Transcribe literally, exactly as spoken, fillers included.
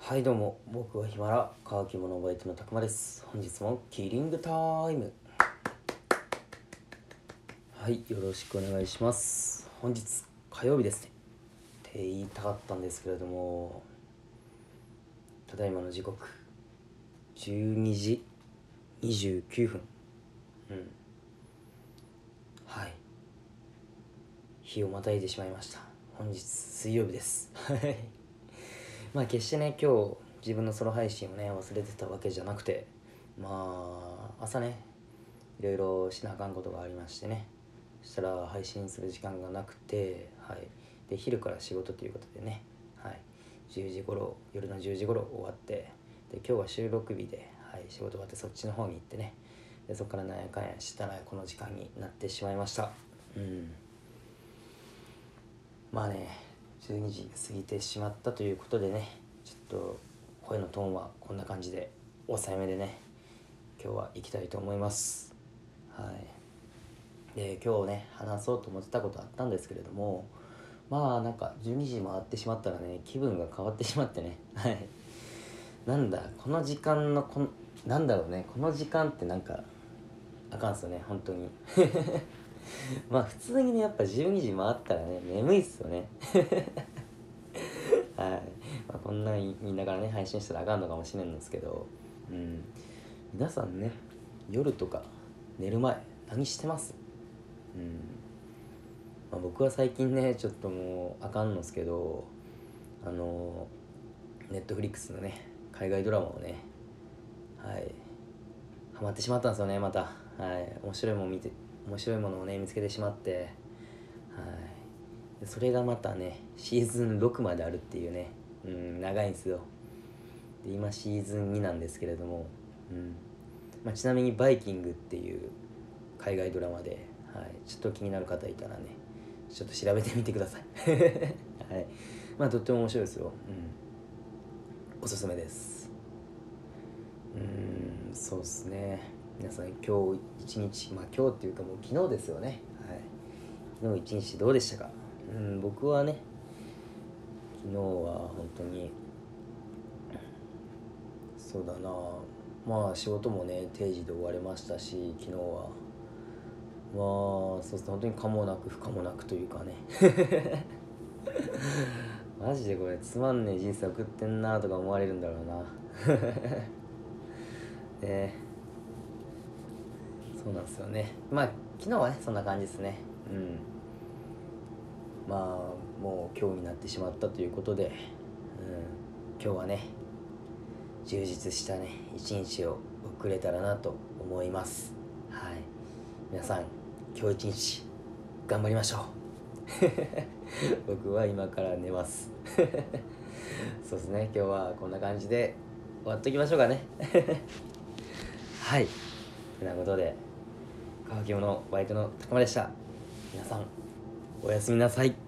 はいどうも、僕はヒマラ乾き物バイトのたくまです。本日もキリングタイム。はい、よろしくお願いします。本日火曜日ですねって言いたかったんですけれども、ただいまの時刻じゅうにじにじゅうきゅうふん。うんはい日をまたいでしまいました。本日水曜日ですはいまあ決してね、今日自分のソロ配信をね忘れてたわけじゃなくて、まあ朝ねいろいろしなあかんことがありましてね、そしたら配信する時間がなくて、はい、で昼から仕事ということでね、はい、じゅうじ頃夜のじゅうじ頃終わって、で今日は収録日で、はい、仕事終わってそっちの方に行ってね、でそこからなんやかんやしたらこの時間になってしまいました。うんまあね、じゅうにじ過ぎてしまったということでね、ちょっと声のトーンはこんな感じで抑えめでね、今日は行きたいと思います。はいで今日ね話そうと思ってたことあったんですけれども、まあなんかじゅうにじ回ってしまったらね気分が変わってしまってねはいなんだこの時間のこのなんだろうねこの時間ってなんかあかんっすよね本当にまあ普通にねやっぱじゅうにじ回ったらね眠いっすよねはい、まあ、こんなん言いながらね配信したらあかんのかもしれんのですけど、うん皆さんね夜とか寝る前何してます？うんまあ、僕は最近ねちょっともうあかんのですけど、あのネットフリックスのね海外ドラマをね、はいハマってしまったんですよねまた。はい面白いもん見て面白いものをね見つけてしまって、はいでそれがまたねシーズンろくまであるっていうね、うん長いんですよ。で今シーズンになんですけれども、うんまあ、ちなみにバイキングっていう海外ドラマで、はい、ちょっと気になる方いたらねちょっと調べてみてくださいはいまあとっても面白いですよ。うんおすすめです。うーんそうですね、皆さん今日一日、まあ今日っていうかもう昨日ですよね。はい昨日一日どうでしたか？うん僕はね昨日は本当にそうだな、まあ仕事もね定時で終われましたし、昨日はまあそうですね本当に可もなく不可もなくというかねマジでこれつまんねえ人生送ってんなとか思われるんだろうなねそうなんですよね。まあ昨日はねそんな感じですね。うんまあもう今日になってしまったということで、うん、今日はね充実したね一日を送れたらなと思います。はい皆さん今日一日頑張りましょう僕は今から寝ますそうですね今日はこんな感じで終わっときましょうかねはいてなことで乾き物バイトの高間でした。皆さんおやすみなさい。